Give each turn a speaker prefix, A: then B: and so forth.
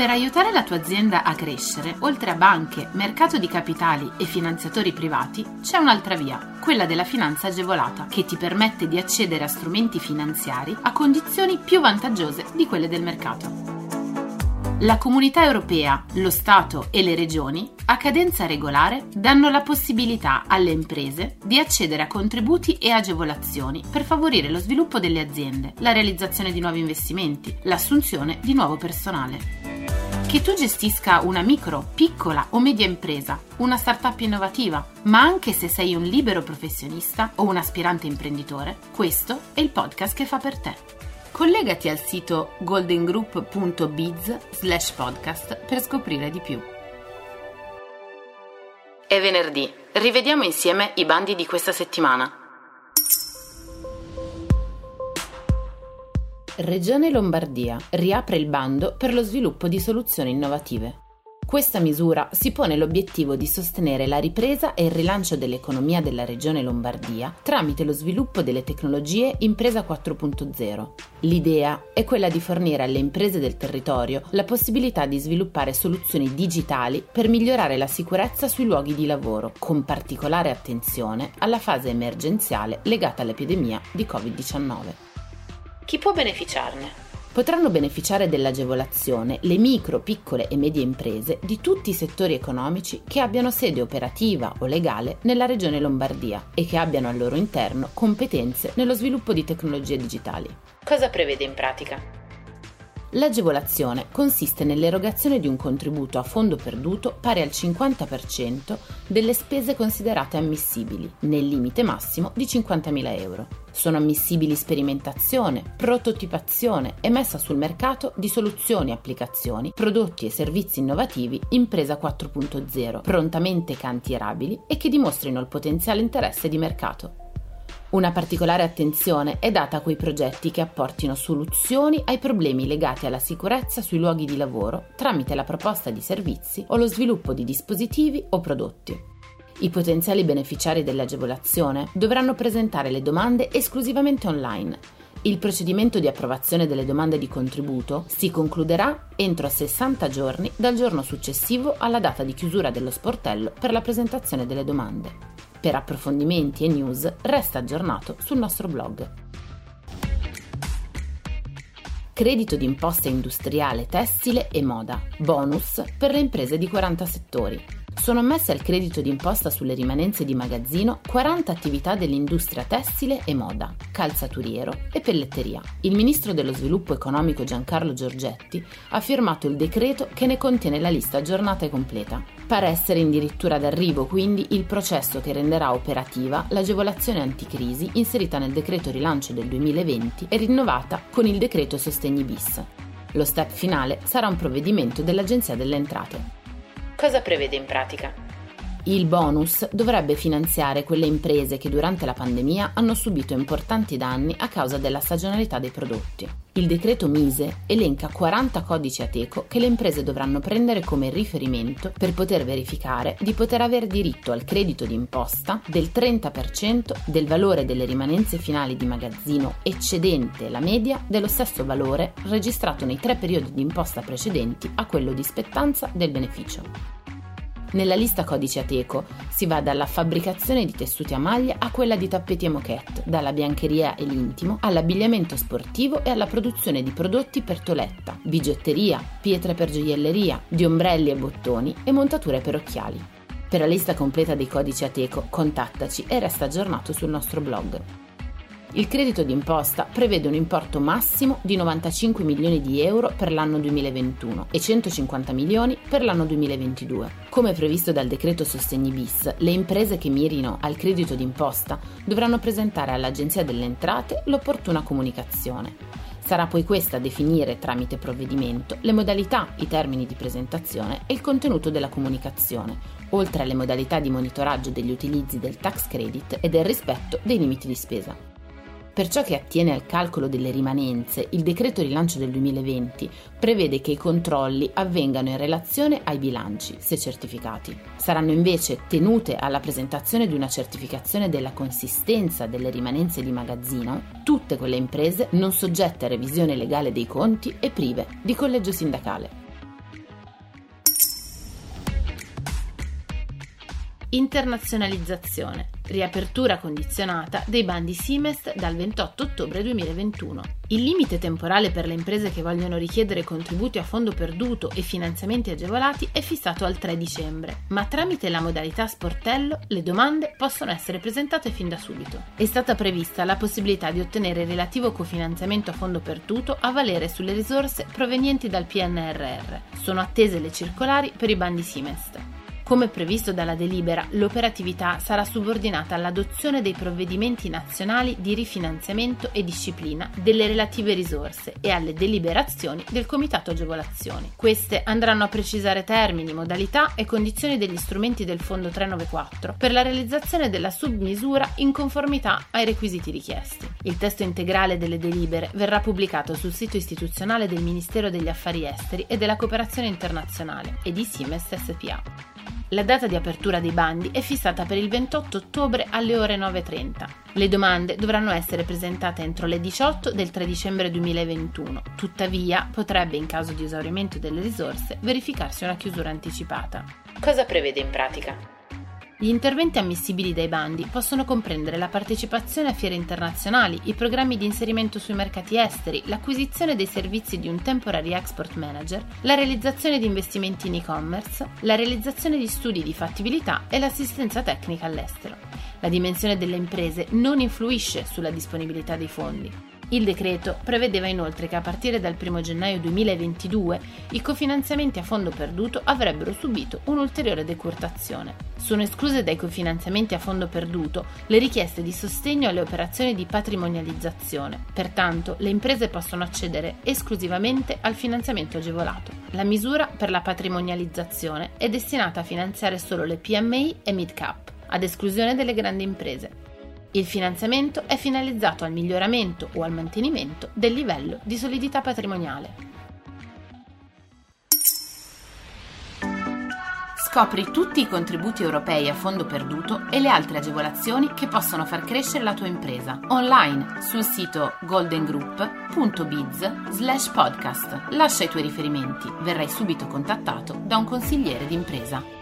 A: Per aiutare la tua azienda a crescere, oltre a banche, mercato di capitali e finanziatori privati, c'è un'altra via, quella della finanza agevolata, che ti permette di accedere a strumenti finanziari a condizioni più vantaggiose di quelle del mercato. La Comunità Europea, lo Stato e le Regioni, a cadenza regolare, danno la possibilità alle imprese di accedere a contributi e agevolazioni per favorire lo sviluppo delle aziende, la realizzazione di nuovi investimenti, l'assunzione di nuovo personale. Che tu gestisca una micro, piccola o media impresa, una startup innovativa, ma anche se sei un libero professionista o un aspirante imprenditore, questo è il podcast che fa per te. Collegati al sito goldengroup.biz/podcast per scoprire di più. È venerdì, rivediamo insieme i bandi di questa settimana. Regione Lombardia riapre il bando per lo sviluppo di soluzioni innovative. Questa misura si pone l'obiettivo di sostenere la ripresa e il rilancio dell'economia della Regione Lombardia tramite lo sviluppo delle tecnologie Impresa 4.0. L'idea è quella di fornire alle imprese del territorio la possibilità di sviluppare soluzioni digitali per migliorare la sicurezza sui luoghi di lavoro, con particolare attenzione alla fase emergenziale legata all'epidemia di Covid-19. Chi può beneficiarne? Potranno beneficiare dell'agevolazione le micro, piccole e medie imprese di tutti i settori economici che abbiano sede operativa o legale nella Regione Lombardia e che abbiano al loro interno competenze nello sviluppo di tecnologie digitali. Cosa prevede in pratica? L'agevolazione consiste nell'erogazione di un contributo a fondo perduto pari al 50% delle spese considerate ammissibili, nel limite massimo di 50.000 euro. Sono ammissibili sperimentazione, prototipazione e messa sul mercato di soluzioni, applicazioni, prodotti e servizi innovativi Impresa 4.0, prontamente cantierabili e che dimostrino il potenziale interesse di mercato. Una particolare attenzione è data a quei progetti che apportino soluzioni ai problemi legati alla sicurezza sui luoghi di lavoro tramite la proposta di servizi o lo sviluppo di dispositivi o prodotti. I potenziali beneficiari dell'agevolazione dovranno presentare le domande esclusivamente online. Il procedimento di approvazione delle domande di contributo si concluderà entro 60 giorni dal giorno successivo alla data di chiusura dello sportello per la presentazione delle domande. Per approfondimenti e news resta aggiornato sul nostro blog. Credito d'imposta industriale, tessile e moda. Bonus per le imprese di 40 settori. Sono ammesse al credito d'imposta sulle rimanenze di magazzino 40 attività dell'industria tessile e moda, calzaturiero e pelletteria. Il ministro dello sviluppo economico Giancarlo Giorgetti ha firmato il decreto che ne contiene la lista aggiornata e completa. Pare essere addirittura d'arrivo quindi il processo che renderà operativa l'agevolazione anticrisi inserita nel decreto rilancio del 2020 e rinnovata con il decreto sostegni bis. Lo step finale sarà un provvedimento dell'Agenzia delle Entrate. Cosa prevede in pratica? Il bonus dovrebbe finanziare quelle imprese che durante la pandemia hanno subito importanti danni a causa della stagionalità dei prodotti. Il decreto Mise elenca 40 codici Ateco che le imprese dovranno prendere come riferimento per poter verificare di poter aver diritto al credito d'imposta del 30% del valore delle rimanenze finali di magazzino eccedente la media dello stesso valore registrato nei 3 periodi di imposta precedenti a quello di spettanza del beneficio. Nella lista codice Ateco si va dalla fabbricazione di tessuti a maglia a quella di tappeti e moquette, dalla biancheria e l'intimo all'abbigliamento sportivo e alla produzione di prodotti per toeletta, bigiotteria, pietre per gioielleria, di ombrelli e bottoni e montature per occhiali. Per la lista completa dei codici Ateco contattaci e resta aggiornato sul nostro blog. Il credito d'imposta prevede un importo massimo di 95 milioni di euro per l'anno 2021 e 150 milioni per l'anno 2022. Come previsto dal decreto sostegni bis, le imprese che mirino al credito d'imposta dovranno presentare all'Agenzia delle Entrate l'opportuna comunicazione. Sarà poi questa a definire tramite provvedimento le modalità, i termini di presentazione e il contenuto della comunicazione, oltre alle modalità di monitoraggio degli utilizzi del tax credit e del rispetto dei limiti di spesa. Per ciò che attiene al calcolo delle rimanenze, il decreto rilancio del 2020 prevede che i controlli avvengano in relazione ai bilanci, se certificati. Saranno invece tenute alla presentazione di una certificazione della consistenza delle rimanenze di magazzino tutte quelle imprese non soggette a revisione legale dei conti e prive di collegio sindacale. Internazionalizzazione. Riapertura condizionata dei bandi Simest dal 28 ottobre 2021. Il limite temporale per le imprese che vogliono richiedere contributi a fondo perduto e finanziamenti agevolati è fissato al 3 dicembre, ma tramite la modalità sportello le domande possono essere presentate fin da subito. È stata prevista la possibilità di ottenere il relativo cofinanziamento a fondo perduto a valere sulle risorse provenienti dal PNRR. Sono attese le circolari per i bandi Simest. Come previsto dalla delibera, l'operatività sarà subordinata all'adozione dei provvedimenti nazionali di rifinanziamento e disciplina delle relative risorse e alle deliberazioni del Comitato Agevolazioni. Queste andranno a precisare termini, modalità e condizioni degli strumenti del Fondo 394 per la realizzazione della submisura in conformità ai requisiti richiesti. Il testo integrale delle delibere verrà pubblicato sul sito istituzionale del Ministero degli Affari Esteri e della Cooperazione Internazionale e di Simest SpA. La data di apertura dei bandi è fissata per il 28 ottobre alle ore 9:30. Le domande dovranno essere presentate entro le 18 del 3 dicembre 2021. Tuttavia, potrebbe, in caso di esaurimento delle risorse, verificarsi una chiusura anticipata. Cosa prevede in pratica? Gli interventi ammissibili dai bandi possono comprendere la partecipazione a fiere internazionali, i programmi di inserimento sui mercati esteri, l'acquisizione dei servizi di un Temporary Export Manager, la realizzazione di investimenti in e-commerce, la realizzazione di studi di fattibilità e l'assistenza tecnica all'estero. La dimensione delle imprese non influisce sulla disponibilità dei fondi. Il decreto prevedeva inoltre che a partire dal 1 gennaio 2022 i cofinanziamenti a fondo perduto avrebbero subito un'ulteriore decurtazione. Sono escluse dai cofinanziamenti a fondo perduto le richieste di sostegno alle operazioni di patrimonializzazione, pertanto le imprese possono accedere esclusivamente al finanziamento agevolato. La misura per la patrimonializzazione è destinata a finanziare solo le PMI e mid-cap, ad esclusione delle grandi imprese. Il finanziamento è finalizzato al miglioramento o al mantenimento del livello di solidità patrimoniale. Scopri tutti i contributi europei a fondo perduto e le altre agevolazioni che possono far crescere la tua impresa online sul sito goldengroup.biz/podcast. Lascia i tuoi riferimenti, verrai subito contattato da un consigliere d'impresa.